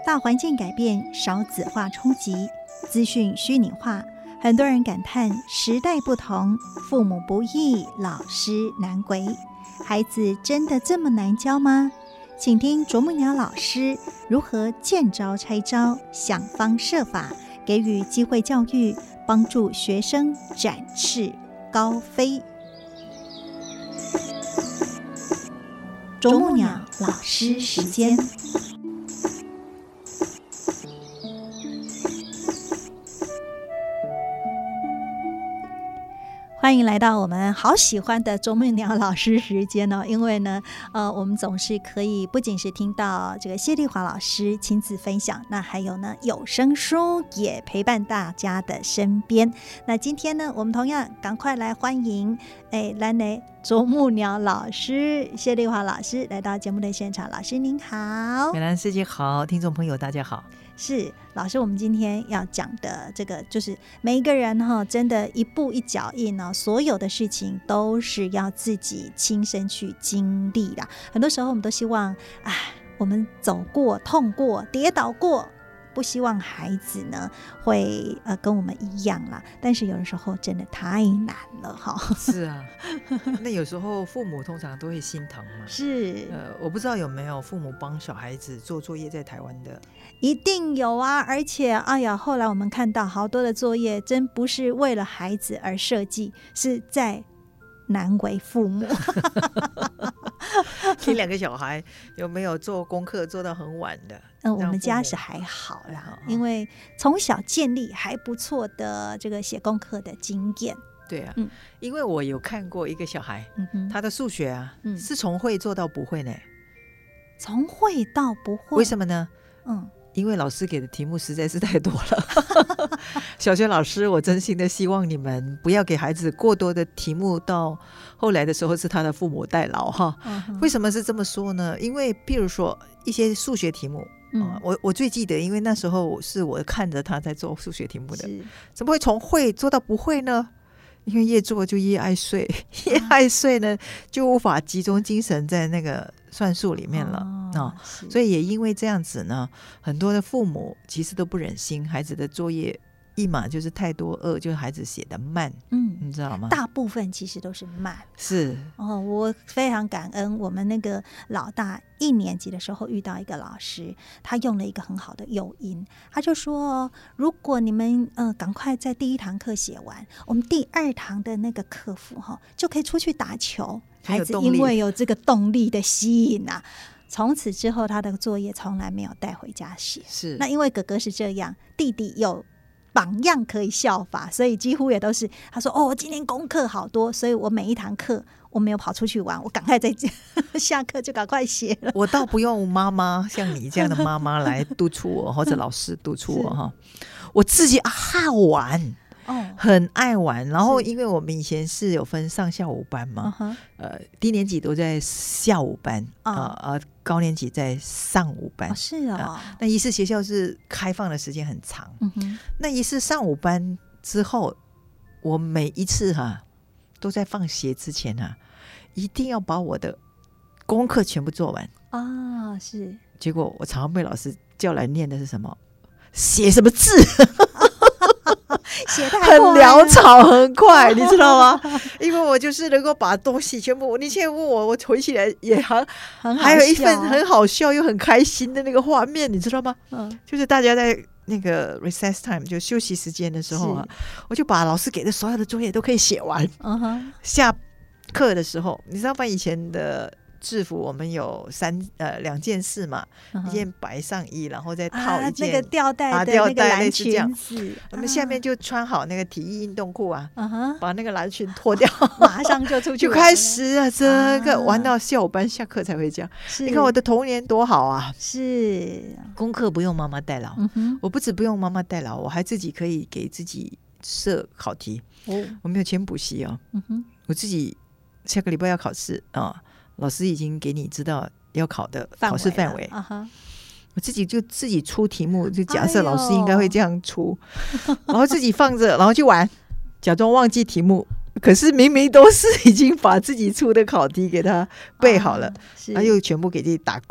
大环境改变，少子化冲击，资讯虚拟化，很多人感叹时代不同，父母不易，老师难为。孩子真的这么难教吗？请听啄木鸟老师如何见招拆招，想方设法给予机会教育，帮助学生展翅高飞。啄木鸟老师时间。欢迎来到我们好喜欢的啄木鸟老师时间哦，因为呢，我们总是可以不仅是听到这个谢丽华老师亲自分享，那还有呢有声书也陪伴大家的身边。那今天呢，我们同样赶快来欢迎咱的啄木鸟老师谢丽华老师来到节目的现场。老师您好。 美兰师姐好，听众朋友大家好。 是老师，我们今天要讲的这个就是每一个人真的一步一脚印所有的事情都是要自己亲身去经历的。很多时候我们都希望我们走过痛过跌倒过，不希望孩子呢会跟我们一样啦，但是有的时候真的太难了是啊，那有时候父母通常都会心疼嘛。 是我不知道有没有父母帮小孩子做作业在台湾的。 一定有啊，而且后来我们看到好多的作业真不是为了孩子而设计，是在难为父母你两个小孩有没有做功课做到很晚的？ 我们家是还好啦，因为从小建立还不错的这个写功课的经验。 对啊，因为我有看过一个小孩，他的数学是从会做到不会呢。 从会到不会？ 为什么呢？因为老师给的题目实在是太多了小学老师，我真心的希望你们不要给孩子过多的题目，到后来的时候是他的父母代劳为什么是这么说呢？因为譬如说一些数学题目我最记得，因为那时候是我看着他在做数学题目的，怎么会从会做到不会呢？因为越做就越爱睡越爱睡呢就无法集中精神在那个算术里面了所以也因为这样子呢，很多的父母其实都不忍心孩子的作业一嘛就是太多，二就是孩子写得慢你知道吗？ 大部分其实都是慢。 是我非常感恩我们那个老大1年级的时候遇到一个老师，他用了一个很好的诱因，他就说如果你们赶快在第1堂课写完，我们第2堂的那个课辅就可以出去打球。孩子因为有这个动力的吸引从此之后他的作业从来没有带回家写。 是， 那因为哥哥是这样，弟弟有榜样可以效法，所以几乎也都是他说我今天功课好多，所以我每一堂课我没有跑出去玩，我赶快在下课就赶快写了。 我倒不用妈妈像你这样的妈妈来督促我或者老师督促我我自己爱玩很爱玩。然后因为我们以前是有分上下午班嘛低年级都在下午班高年级在上午班是那一次学校是开放的时间很长那一次上午班之后，我每一次都在放学之前一定要把我的功课全部做完是。 结果我常常被老师叫来念的是什么，写什么字写太很潦草很快你知道吗因为我就是能够把东西全部，你现在问我回起来也还有一份很好笑又很开心的那个画面你知道吗就是大家在那个 recess time 就休息时间的时候我就把老师给的所有的作业都可以写完下课的时候，你知道吗？以前的制服我们有2件式嘛一件白上衣，然后再套一件那个吊带的那个蓝裙子我们下面就穿好那个体育运动裤把那个蓝裙脱掉马上就出去就开始这个玩到下午班下课才回家你看我的童年多好是功课不用妈妈代劳我不止不用妈妈代劳，我还自己可以给自己设考题我没有钱补习我自己下个礼拜要考试老师已经给你知道要考的考试范围我自己出题目，就假设老师应该会这样出然后自己放着然后去玩，假装忘记题目，可是明明都是已经把自己出的考题给他背好了又全部给自己打勾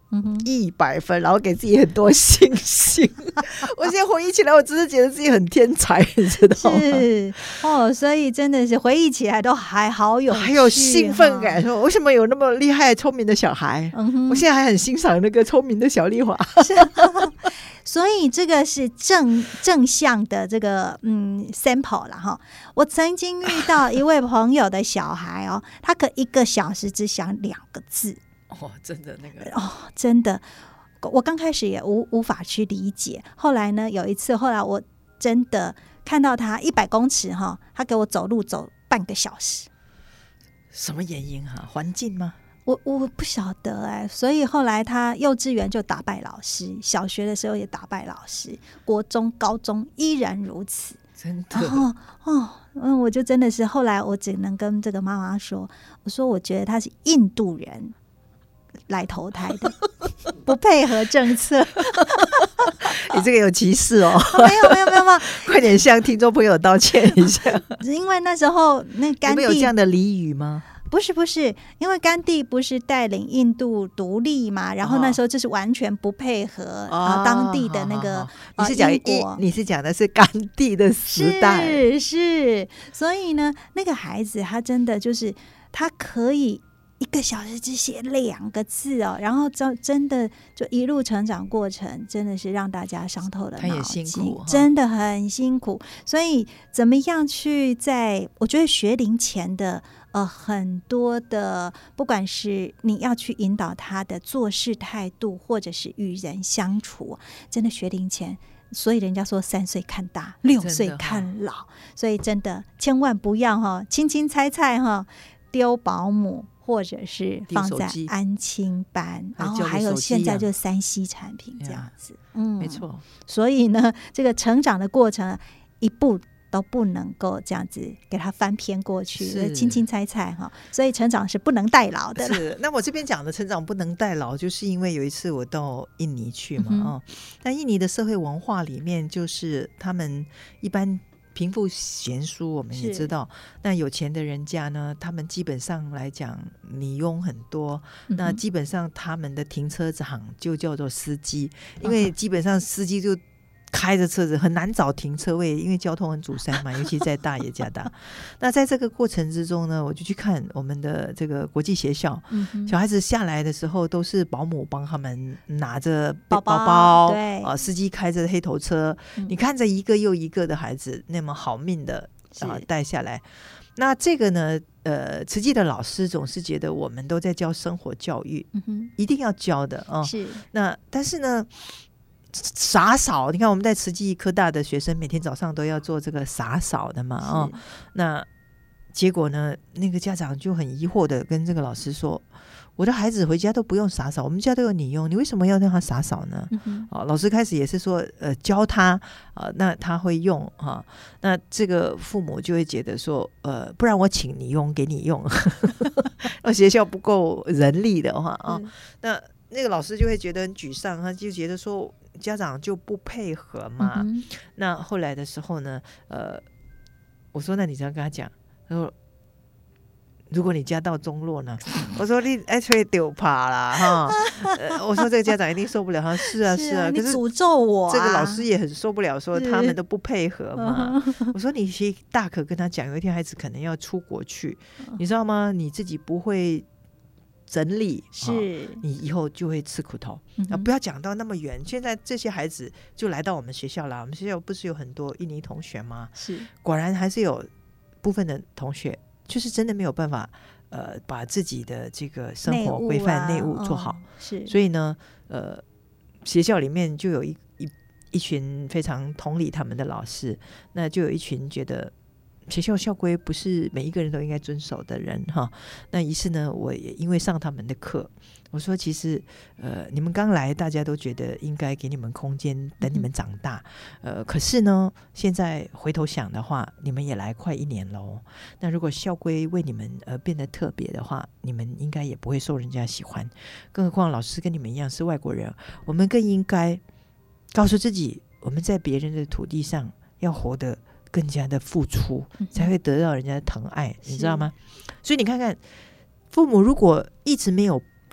100分，然后给自己很多信心。我现在回忆起来，我真是觉得自己很天才，你知道吗？ 是所以真的是回忆起来都还好有趣， 还有兴奋感，说为什么有那么厉害聪明的小孩？我现在还很欣赏那个聪明的小丽华。 所以这个是正向的这个sample 啦哈。我曾经遇到一位朋友的小孩他可1个小时只想2个字。 真的那个真的，我刚开始也无法去理解。后来呢，有一次，后来我真的看到他100公尺他给我走路走半个小时。 什么原因环境吗？ 我不晓得所以后来他幼稚园就打败老师，小学的时候也打败老师，国中、高中依然如此。 真的。 然后我就真的是后来我只能跟这个妈妈说，我说我觉得他是印度人来投胎的，不配合政策。 你这个有歧视没有， 快点向听众朋友道歉一下。 因为那时候那甘地有没有这样的俚语吗？ 不是，因为甘地不是带领印度独立嘛，然后那时候就是完全不配合当地的那个你是讲的是甘地的时代， 是，所以呢，那个孩子他真的就是他可以1个小时只写2个字然后真的就一路成长过程，真的是让大家伤透了脑筋， 他也辛苦， 真的很辛苦。所以怎么样去我觉得学龄前的很多的，不管是你要去引导他的做事态度，或者是与人相处，真的学龄前。所以人家说3岁看大，6岁看老，所以真的千万不要轻轻猜丢保姆，或者是放在安亲班，然后还有现在就3C 产品这样子。 没错。 所以呢，这个成长的过程一步都不能够这样子给他翻篇过去，轻轻猜所以成长是不能代劳的。 是，那我这边讲的成长不能代劳，就是因为有一次我到印尼去嘛，那印尼的社会文化里面，就是他们一般贫富悬殊，我们也知道，那有钱的人家呢，他们基本上来讲女佣很多，那基本上他们的停车场就叫做司机，因为基本上司机就开着车子很难找停车位，因为交通很阻塞嘛，尤其在大耶加达。那在这个过程之中呢，我就去看我们的这个国际学校，小孩子下来的时候都是保姆帮他们拿着包包，对，司机开着黑头车，你看着一个又一个的孩子那么好命的带下来。那这个呢，慈济的老师总是觉得我们都在教生活教育，一定要教的是。那但是呢，洒扫，你看我们在慈济科大的学生每天早上都要做这个洒扫的嘛，那结果呢，那个家长就很疑惑的跟这个老师说，我的孩子回家都不用洒扫，我们家都有女佣，你为什么要让他洒扫呢？老师开始也是说教他那他会用那这个父母就会觉得说不然我请女佣给你用学校不够人力的话那个老师就会觉得很沮丧，他就觉得说家长就不配合嘛。那后来的时候呢，我说那你这样跟他讲，他说如果你家道中落呢，我说你爱吹丢怕啦我说这个家长一定受不了，他说是啊是啊， 你诅咒我这个老师也很受不了，说他们都不配合嘛。我说你其实大可跟他讲，有一天孩子可能要出国去，你知道吗？你自己不会整理是你以后就会吃苦头不要讲到那么远。现在这些孩子就来到我们学校了，我们学校不是有很多印尼同学吗？是，果然还是有部分的同学就是真的没有办法把自己的这个生活规范内务做好是，所以呢学校里面就有一群非常同理他们的老师，那就有一群觉得学校校规不是每一个人都应该遵守的人那于是呢，我也因为上他们的课，我说其实你们刚来大家都觉得应该给你们空间等你们长大可是呢现在回头想的话，你们也来快1年了那如果校规为你们变得特别的话，你们应该也不会受人家喜欢，更何况老师跟你们一样是外国人，我们更应该告诉自己，我们在别人的土地上要活得更加的付出，才会得到人家的疼爱，你知道吗？所以你看看父母如果一直没有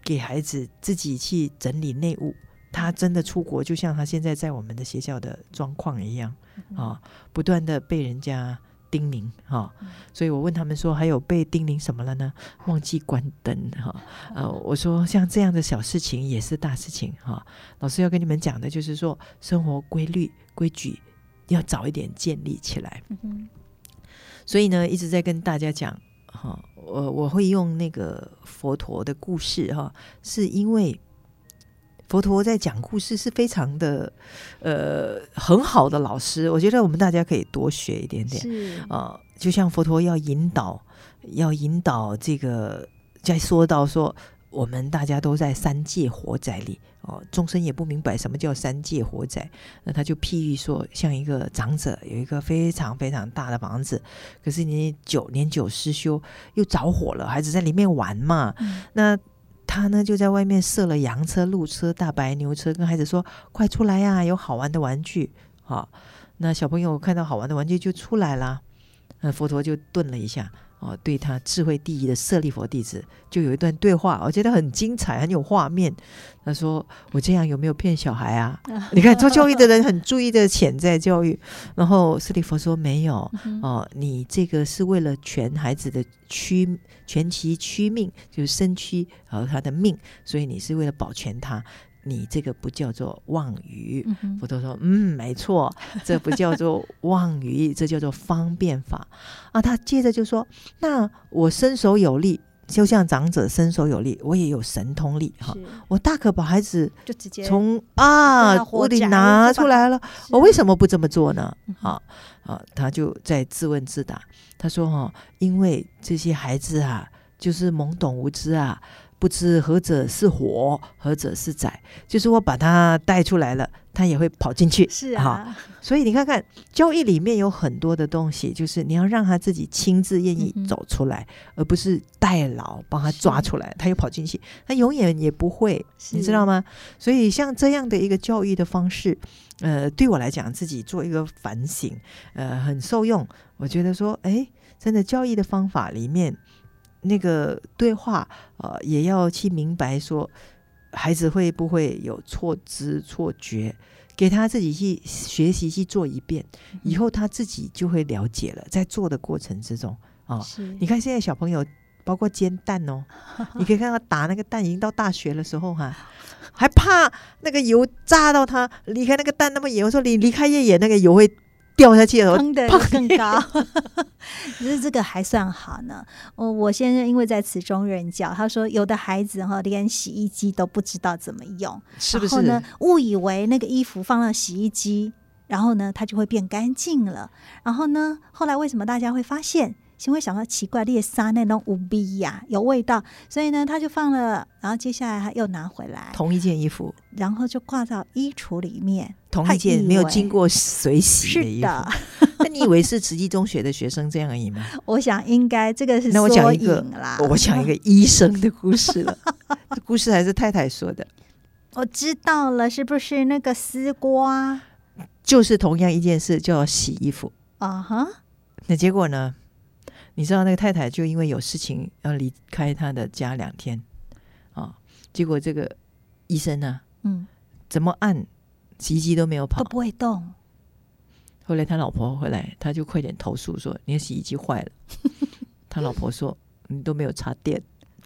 给孩子自己去整理内务。他真的出国，就像他现在在我们的学校的状况一样不断的被人家叮咛所以我问他们说还有被叮咛什么了呢？忘记关灯我说像这样的小事情也是大事情老师要跟你们讲的就是说生活规律规矩要早一点建立起来所以呢一直在跟大家讲我会用那个佛陀的故事是因为佛陀在讲故事是非常的很好的老师，我觉得我们大家可以多学一点点就像佛陀要引导这个在说到说我们大家都在三界活宅里众生也不明白什么叫三界活宅，那他就譬喻说像一个长者有一个非常非常大的房子，可是你年久失修又着火了，孩子在里面玩嘛那他呢就在外面设了洋车路车大白牛车，跟孩子说快出来啊，有好玩的玩具那小朋友看到好玩的玩具就出来了佛陀就顿了一下对他智慧第一的舍利弗弟子就有一段对话，我觉得很精彩很有画面。他说我这样有没有骗小孩啊你看做教育的人很注意的潜在教育然后舍利弗说没有你这个是为了全孩子的全其躯命，就是身躯和他的命，所以你是为了保全他，你这个不叫做妄语佛陀说没错，这不叫做妄语这叫做方便法他接着就说那我身手有力，就像长者身手有力，我也有神通力我大可把孩子就直接从屋里拿出来了，我为什么不这么做呢他就在自问自答，他说因为这些孩子就是懵懂无知不知何者是火何者是载，就是我把他带出来了他也会跑进去是所以你看看教育里面有很多的东西，就是你要让他自己亲自愿意走出来而不是代劳帮他抓出来他又跑进去，他永远也不会，你知道吗？所以像这样的一个教育的方式对我来讲自己做一个反省很受用。我觉得说真的教育的方法里面那个对话也要去明白说孩子会不会有错知错觉，给他自己去学习去做一遍以后他自己就会了解了，在做的过程之中你看现在小朋友包括煎蛋你可以看到打那个蛋已经到大学的时候还怕那个油炸到他离开那个蛋那么远，我说你离开越远那个油会掉下去砰的更高其实这个还算好呢我先生因为在慈中任教，他说有的孩子连洗衣机都不知道怎么用， 是不是？ 然后呢误以为那个衣服放到洗衣机然后呢它就会变干净了，然后呢后来为什么大家会发现先会想到奇怪猎杀那种无味有味道，所以呢他就放了，然后接下来他又拿回来同一件衣服然后就挂到衣橱里面， 同一件没有经过水洗的衣服。 是的那你以为是慈济中学的学生这样而已吗？ 我想应该这个是那我讲一个啦， 我讲一个医生的故事了这故事还是太太说的。 我知道了，是不是那个丝瓜？ 就是同样一件事，就要洗衣服那结果呢你知道那个太太就因为有事情要离开她的家2天结果这个医生呢怎么按洗衣机都没有跑， 都不会动。 后来他老婆回来，他就快点投诉说你的洗衣机坏了他老婆说你都没有插电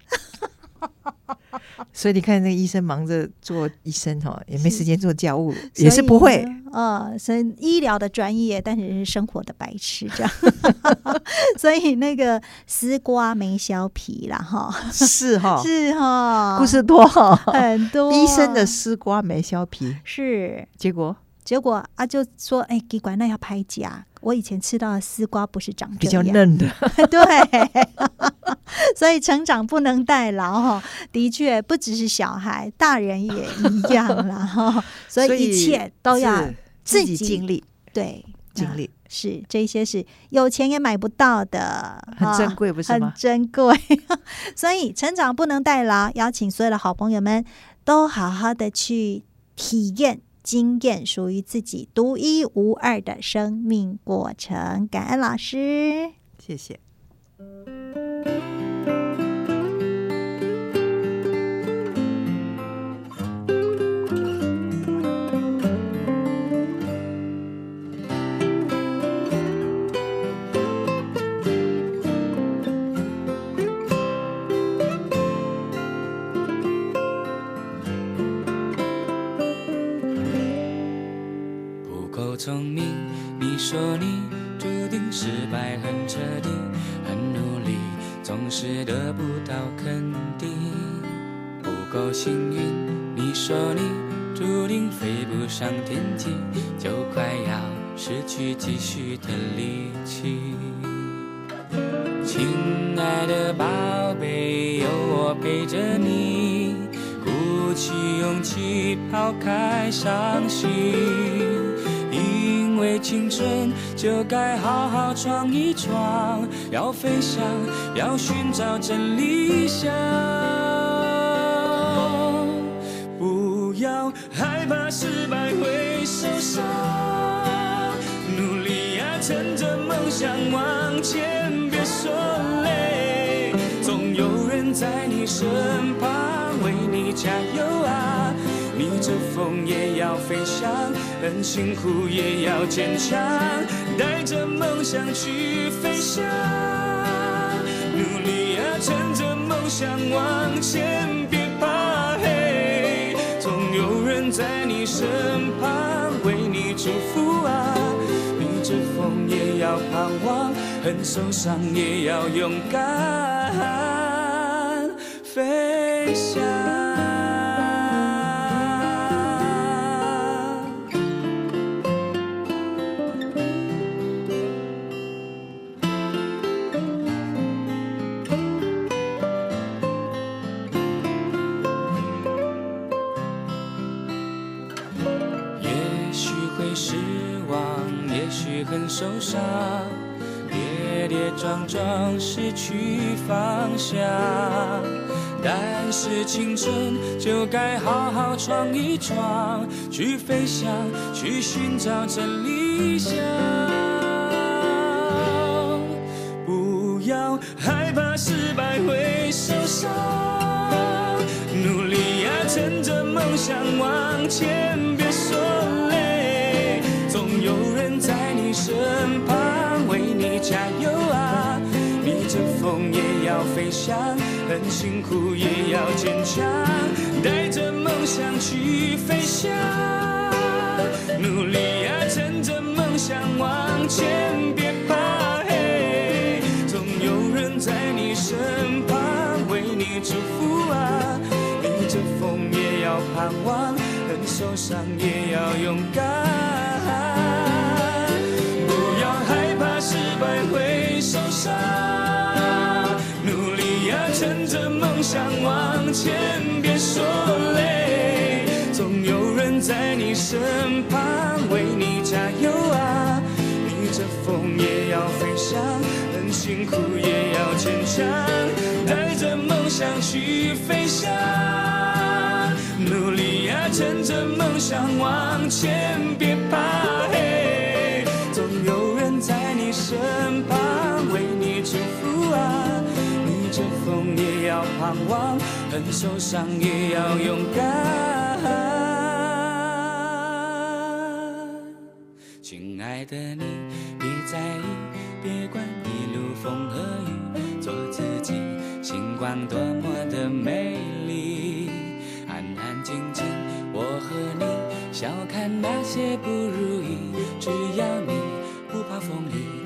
所以你看那个医生忙着做医生也没时间做家务，也是不会所以医疗的专业但是生活的白痴这样所以那个丝瓜没削皮啦是是故事多很多医生的丝瓜没削皮， 是结果就说奇怪那要拍假，我以前吃到的丝瓜不是长这样比较嫩的对所以成长不能代劳的确不只是小孩，大人也一样啦所以一切都要自己经历， 对经历是这些是有钱也买不到的， 很珍贵不是吗？ 很珍贵所以成长不能代劳，邀请所有的好朋友们都好好的去体验经验属于自己独一无二的生命过程。感恩老师， 谢谢。 总是得不到肯定，不够幸运，你说你注定飞不上天际，就快要失去继续的力气。亲爱的宝贝，有我陪着你，鼓起勇气抛开伤心，因为青春就该好好闯一闯，要飞翔，要寻找真理想。不要害怕失败会受伤，努力呀，趁着梦想往前，别说累，总有人在你身旁为你加油啊！逆着风也要飞翔，很辛苦也要坚强，带着梦想去飞翔。努力呀，趁着梦想往前，别怕黑，总有人在你身旁为你祝福啊！逆着风也要盼望，很受伤也要勇敢飞翔。失望，也许很受伤，跌跌撞撞失去方向，但是青春就该好好闯一闯，去飞翔，去寻找真理想。不要害怕失败会受伤，努力呀，趁着梦想往前，别说累，总有人在你身旁为你加油啊！逆着风也要飞翔，很辛苦也要坚强，带着梦想去飞翔。努力呀，趁着梦想往前，别怕黑，总有人在你身旁为你祝福啊！逆着风也要盼望，很受伤也要勇敢。失败会受伤，努力呀，趁着梦想往前，别说累，总有人在你身旁为你加油啊！逆着风也要飞翔，很辛苦也要坚强，带着梦想去飞翔。努力呀，趁着梦想往前，别怕黑，总有人在你身旁为你祝福啊！逆着风也要盼望，很受伤也要勇敢。亲爱的你，别在意，别管一路风和雨，做自己，星光多么的美丽。安安静静，我和你笑看那些不如意，只要你不怕风雨。